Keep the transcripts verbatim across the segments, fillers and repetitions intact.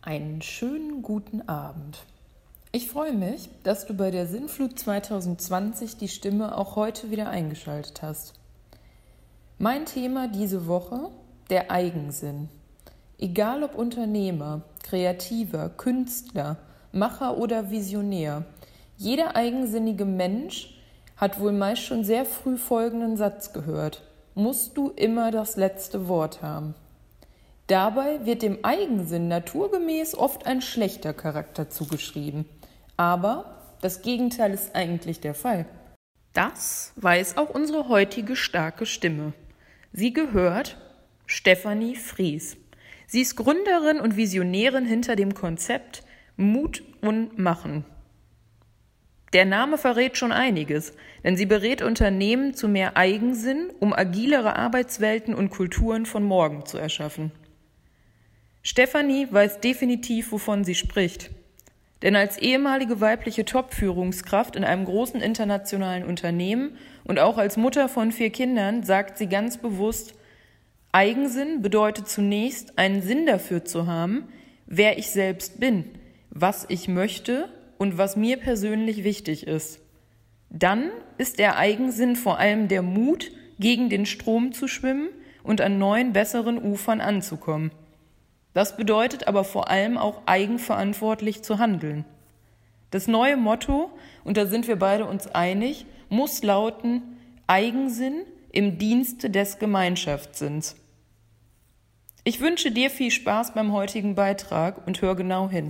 Einen schönen guten Abend. Ich freue mich, dass du bei der Sinnflut zwanzig zwanzig die Stimme auch heute wieder eingeschaltet hast. Mein Thema diese Woche: der Eigensinn. Egal ob Unternehmer, Kreativer, Künstler, Macher oder Visionär, jeder eigensinnige Mensch hat wohl meist schon sehr früh folgenden Satz gehört: Musst du immer das letzte Wort haben? Dabei wird dem Eigensinn naturgemäß oft ein schlechter Charakter zugeschrieben. Aber das Gegenteil ist eigentlich der Fall. Das weiß auch unsere heutige starke Stimme. Sie gehört Stefanie Fries. Sie ist Gründerin und Visionärin hinter dem Konzept Mut und Machen. Der Name verrät schon einiges, denn sie berät Unternehmen zu mehr Eigensinn, um agilere Arbeitswelten und Kulturen von morgen zu erschaffen. Stefanie weiß definitiv, wovon sie spricht. Denn als ehemalige weibliche Top-Führungskraft in einem großen internationalen Unternehmen und auch als Mutter von vier Kindern sagt sie ganz bewusst: Eigensinn bedeutet zunächst, einen Sinn dafür zu haben, wer ich selbst bin, was ich möchte und was mir persönlich wichtig ist. Dann ist der Eigensinn vor allem der Mut, gegen den Strom zu schwimmen und an neuen, besseren Ufern anzukommen. Das bedeutet aber vor allem auch eigenverantwortlich zu handeln. Das neue Motto, und da sind wir beide uns einig, muss lauten: Eigensinn im Dienste des Gemeinschaftssinns. Ich wünsche dir viel Spaß beim heutigen Beitrag und hör genau hin.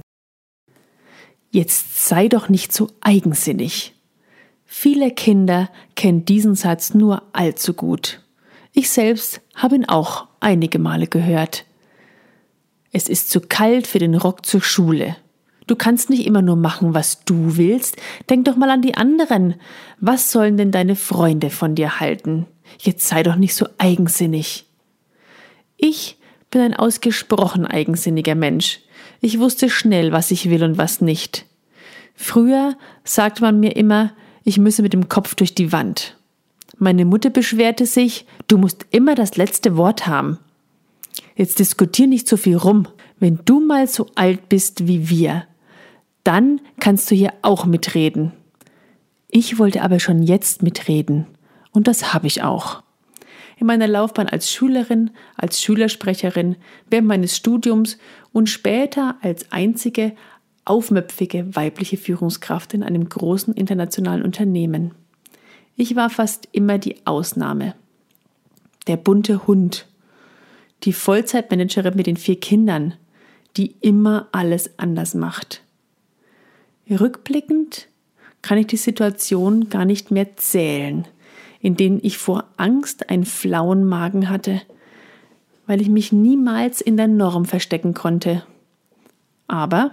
Jetzt sei doch nicht so eigensinnig. Viele Kinder kennen diesen Satz nur allzu gut. Ich selbst habe ihn auch einige Male gehört. Es ist zu kalt für den Rock zur Schule. Du kannst nicht immer nur machen, was du willst. Denk doch mal an die anderen. Was sollen denn deine Freunde von dir halten? Jetzt sei doch nicht so eigensinnig. Ich bin ein ausgesprochen eigensinniger Mensch. Ich wusste schnell, was ich will und was nicht. Früher sagte man mir immer, ich müsse mit dem Kopf durch die Wand. Meine Mutter beschwerte sich, du musst immer das letzte Wort haben. Jetzt diskutier nicht so viel rum. Wenn du mal so alt bist wie wir, dann kannst du hier auch mitreden. Ich wollte aber schon jetzt mitreden. Und das habe ich auch. In meiner Laufbahn als Schülerin, als Schülersprecherin, während meines Studiums und später als einzige aufmüpfige weibliche Führungskraft in einem großen internationalen Unternehmen. Ich war fast immer die Ausnahme. Der bunte Hund. Die Vollzeitmanagerin mit den vier Kindern, die immer alles anders macht. Rückblickend kann ich die Situation gar nicht mehr zählen, in denen ich vor Angst einen flauen Magen hatte, weil ich mich niemals in der Norm verstecken konnte. Aber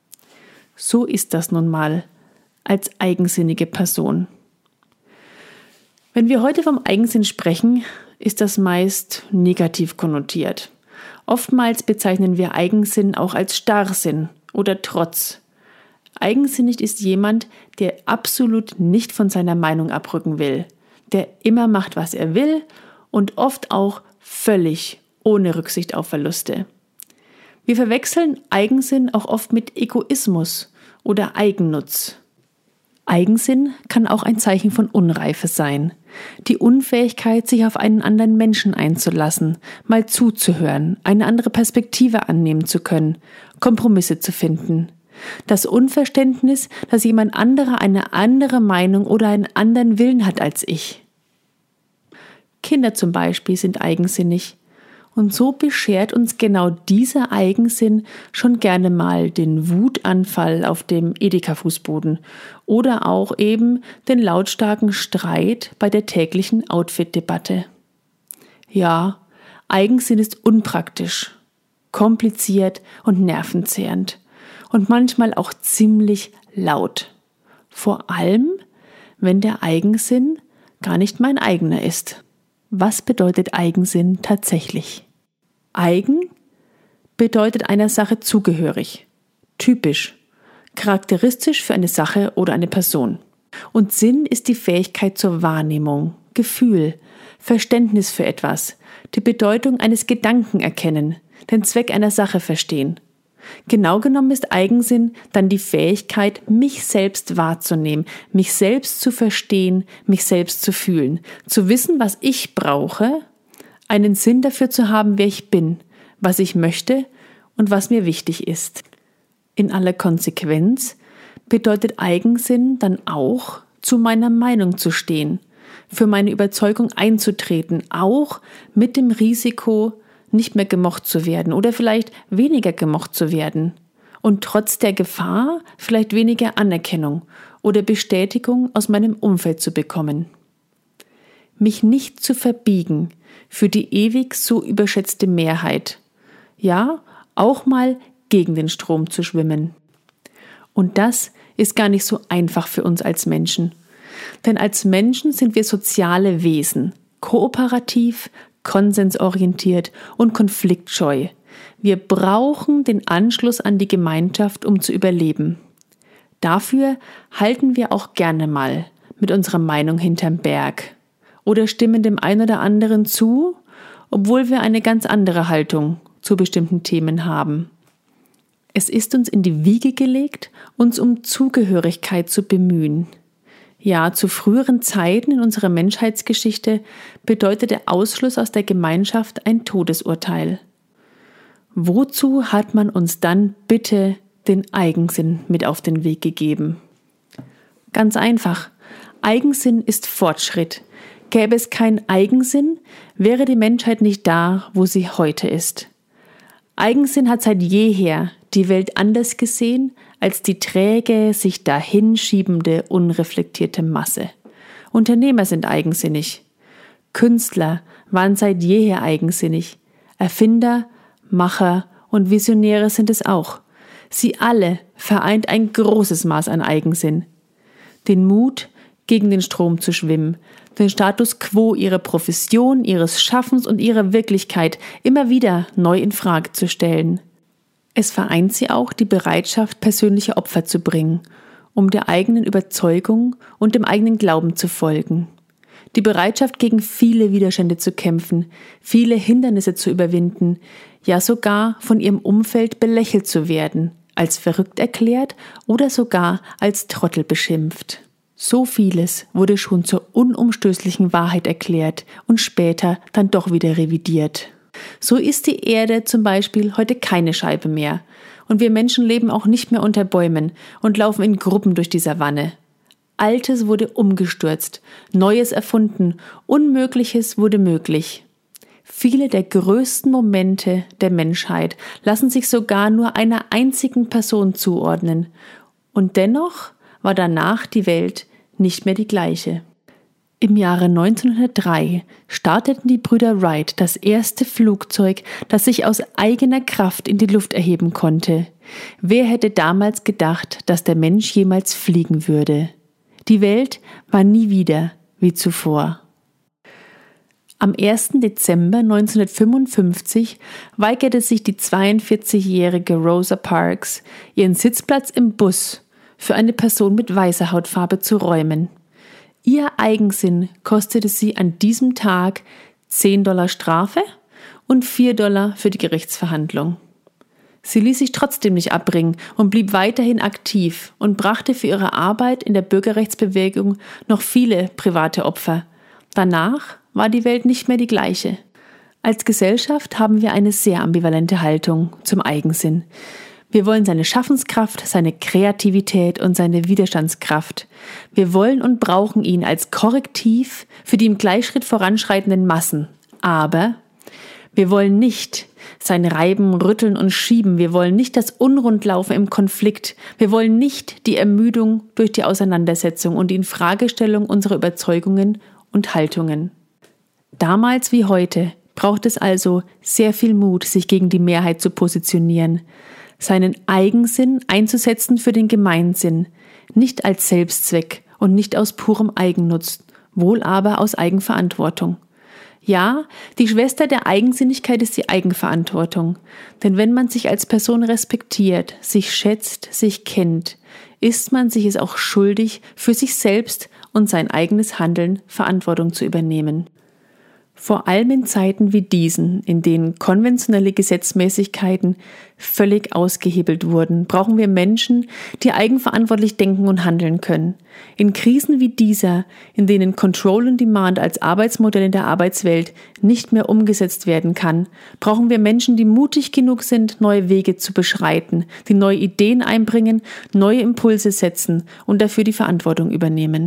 so ist das nun mal als eigensinnige Person. Wenn wir heute vom Eigensinn sprechen, ist das meist negativ konnotiert. Oftmals bezeichnen wir Eigensinn auch als Starrsinn oder Trotz. Eigensinnig ist jemand, der absolut nicht von seiner Meinung abrücken will, der immer macht, was er will und oft auch völlig ohne Rücksicht auf Verluste. Wir verwechseln Eigensinn auch oft mit Egoismus oder Eigennutz. Eigensinn kann auch ein Zeichen von Unreife sein. Die Unfähigkeit, sich auf einen anderen Menschen einzulassen, mal zuzuhören, eine andere Perspektive annehmen zu können, Kompromisse zu finden. Das Unverständnis, dass jemand anderer eine andere Meinung oder einen anderen Willen hat als ich. Kinder zum Beispiel sind eigensinnig. Und so beschert uns genau dieser Eigensinn schon gerne mal den Wutanfall auf dem Edeka-Fußboden oder auch eben den lautstarken Streit bei der täglichen Outfit-Debatte. Ja, Eigensinn ist unpraktisch, kompliziert und nervenzehrend und manchmal auch ziemlich laut. Vor allem, wenn der Eigensinn gar nicht mein eigener ist. Was bedeutet Eigensinn tatsächlich? Eigen bedeutet einer Sache zugehörig, typisch, charakteristisch für eine Sache oder eine Person. Und Sinn ist die Fähigkeit zur Wahrnehmung, Gefühl, Verständnis für etwas, die Bedeutung eines Gedanken erkennen, den Zweck einer Sache verstehen. Genau genommen ist Eigensinn dann die Fähigkeit, mich selbst wahrzunehmen, mich selbst zu verstehen, mich selbst zu fühlen, zu wissen, was ich brauche, einen Sinn dafür zu haben, wer ich bin, was ich möchte und was mir wichtig ist. In aller Konsequenz bedeutet Eigensinn dann auch, zu meiner Meinung zu stehen, für meine Überzeugung einzutreten, auch mit dem Risiko, nicht mehr gemocht zu werden oder vielleicht weniger gemocht zu werden und trotz der Gefahr vielleicht weniger Anerkennung oder Bestätigung aus meinem Umfeld zu bekommen. Mich nicht zu verbiegen für die ewig so überschätzte Mehrheit, ja, auch mal gegen den Strom zu schwimmen. Und das ist gar nicht so einfach für uns als Menschen. Denn als Menschen sind wir soziale Wesen, kooperativ, konsensorientiert und konfliktscheu. Wir brauchen den Anschluss an die Gemeinschaft, um zu überleben. Dafür halten wir auch gerne mal mit unserer Meinung hinterm Berg oder stimmen dem einen oder anderen zu, obwohl wir eine ganz andere Haltung zu bestimmten Themen haben. Es ist uns in die Wiege gelegt, uns um Zugehörigkeit zu bemühen. Ja, zu früheren Zeiten in unserer Menschheitsgeschichte bedeutet der Ausschluss aus der Gemeinschaft ein Todesurteil. Wozu hat man uns dann bitte den Eigensinn mit auf den Weg gegeben? Ganz einfach. Eigensinn ist Fortschritt. Gäbe es keinen Eigensinn, wäre die Menschheit nicht da, wo sie heute ist. Eigensinn hat seit jeher die Welt anders gesehen als die träge, sich dahinschiebende, unreflektierte Masse. Unternehmer sind eigensinnig. Künstler waren seit jeher eigensinnig. Erfinder, Macher und Visionäre sind es auch. Sie alle vereint ein großes Maß an Eigensinn. Den Mut, gegen den Strom zu schwimmen, den Status quo ihrer Profession, ihres Schaffens und ihrer Wirklichkeit immer wieder neu in Frage zu stellen. Es vereint sie auch die Bereitschaft, persönliche Opfer zu bringen, um der eigenen Überzeugung und dem eigenen Glauben zu folgen. Die Bereitschaft, gegen viele Widerstände zu kämpfen, viele Hindernisse zu überwinden, ja sogar von ihrem Umfeld belächelt zu werden, als verrückt erklärt oder sogar als Trottel beschimpft. So vieles wurde schon zur unumstößlichen Wahrheit erklärt und später dann doch wieder revidiert. So ist die Erde zum Beispiel heute keine Scheibe mehr und wir Menschen leben auch nicht mehr unter Bäumen und laufen in Gruppen durch die Savanne. Altes wurde umgestürzt, Neues erfunden, Unmögliches wurde möglich. Viele der größten Momente der Menschheit lassen sich sogar nur einer einzigen Person zuordnen und dennoch war danach die Welt nicht mehr die gleiche. Im Jahre neunzehnhundertdrei starteten die Brüder Wright das erste Flugzeug, das sich aus eigener Kraft in die Luft erheben konnte. Wer hätte damals gedacht, dass der Mensch jemals fliegen würde? Die Welt war nie wieder wie zuvor. Am ersten Dezember neunzehnhundertfünfundfünfzig weigerte sich die zweiundvierzigjährige Rosa Parks, ihren Sitzplatz im Bus für eine Person mit weißer Hautfarbe zu räumen. Ihr Eigensinn kostete sie an diesem Tag zehn Dollar Strafe und vier Dollar für die Gerichtsverhandlung. Sie ließ sich trotzdem nicht abbringen und blieb weiterhin aktiv und brachte für ihre Arbeit in der Bürgerrechtsbewegung noch viele private Opfer. Danach war die Welt nicht mehr die gleiche. Als Gesellschaft haben wir eine sehr ambivalente Haltung zum Eigensinn. Wir wollen seine Schaffenskraft, seine Kreativität und seine Widerstandskraft. Wir wollen und brauchen ihn als Korrektiv für die im Gleichschritt voranschreitenden Massen. Aber wir wollen nicht sein Reiben, Rütteln und Schieben. Wir wollen nicht das Unrundlaufen im Konflikt. Wir wollen nicht die Ermüdung durch die Auseinandersetzung und die Infragestellung unserer Überzeugungen und Haltungen. Damals wie heute braucht es also sehr viel Mut, sich gegen die Mehrheit zu positionieren, seinen Eigensinn einzusetzen für den Gemeinsinn, nicht als Selbstzweck und nicht aus purem Eigennutz, wohl aber aus Eigenverantwortung. Ja, die Schwester der Eigensinnigkeit ist die Eigenverantwortung, denn wenn man sich als Person respektiert, sich schätzt, sich kennt, ist man sich es auch schuldig, für sich selbst und sein eigenes Handeln Verantwortung zu übernehmen. Vor allem in Zeiten wie diesen, in denen konventionelle Gesetzmäßigkeiten völlig ausgehebelt wurden, brauchen wir Menschen, die eigenverantwortlich denken und handeln können. In Krisen wie dieser, in denen Control and Demand als Arbeitsmodell in der Arbeitswelt nicht mehr umgesetzt werden kann, brauchen wir Menschen, die mutig genug sind, neue Wege zu beschreiten, die neue Ideen einbringen, neue Impulse setzen und dafür die Verantwortung übernehmen.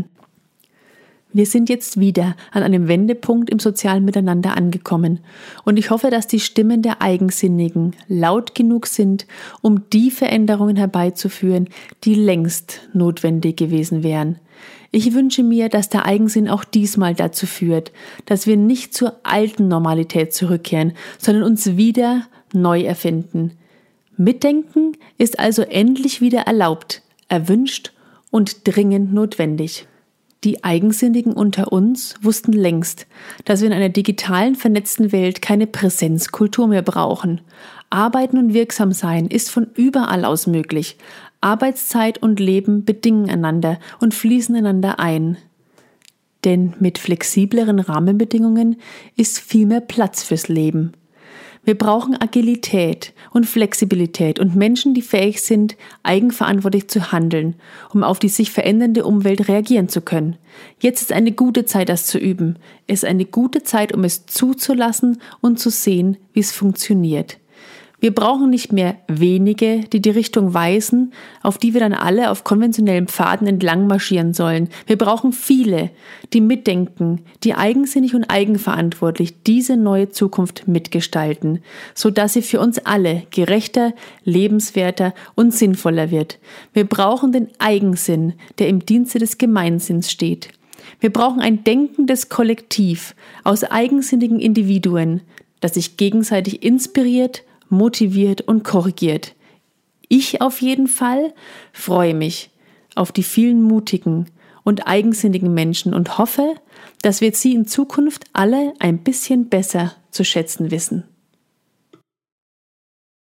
Wir sind jetzt wieder an einem Wendepunkt im sozialen Miteinander angekommen und ich hoffe, dass die Stimmen der Eigensinnigen laut genug sind, um die Veränderungen herbeizuführen, die längst notwendig gewesen wären. Ich wünsche mir, dass der Eigensinn auch diesmal dazu führt, dass wir nicht zur alten Normalität zurückkehren, sondern uns wieder neu erfinden. Mitdenken ist also endlich wieder erlaubt, erwünscht und dringend notwendig. Die Eigensinnigen unter uns wussten längst, dass wir in einer digitalen, vernetzten Welt keine Präsenzkultur mehr brauchen. Arbeiten und wirksam sein ist von überall aus möglich. Arbeitszeit und Leben bedingen einander und fließen einander ein. Denn mit flexibleren Rahmenbedingungen ist viel mehr Platz fürs Leben. Wir brauchen Agilität und Flexibilität und Menschen, die fähig sind, eigenverantwortlich zu handeln, um auf die sich verändernde Umwelt reagieren zu können. Jetzt ist eine gute Zeit, das zu üben. Es ist eine gute Zeit, um es zuzulassen und zu sehen, wie es funktioniert. Wir brauchen nicht mehr wenige, die die Richtung weisen, auf die wir dann alle auf konventionellen Pfaden entlang marschieren sollen. Wir brauchen viele, die mitdenken, die eigensinnig und eigenverantwortlich diese neue Zukunft mitgestalten, sodass sie für uns alle gerechter, lebenswerter und sinnvoller wird. Wir brauchen den Eigensinn, der im Dienste des Gemeinsinns steht. Wir brauchen ein denkendes Kollektiv aus eigensinnigen Individuen, das sich gegenseitig inspiriert, motiviert und korrigiert. Ich auf jeden Fall freue mich auf die vielen mutigen und eigensinnigen Menschen und hoffe, dass wir sie in Zukunft alle ein bisschen besser zu schätzen wissen.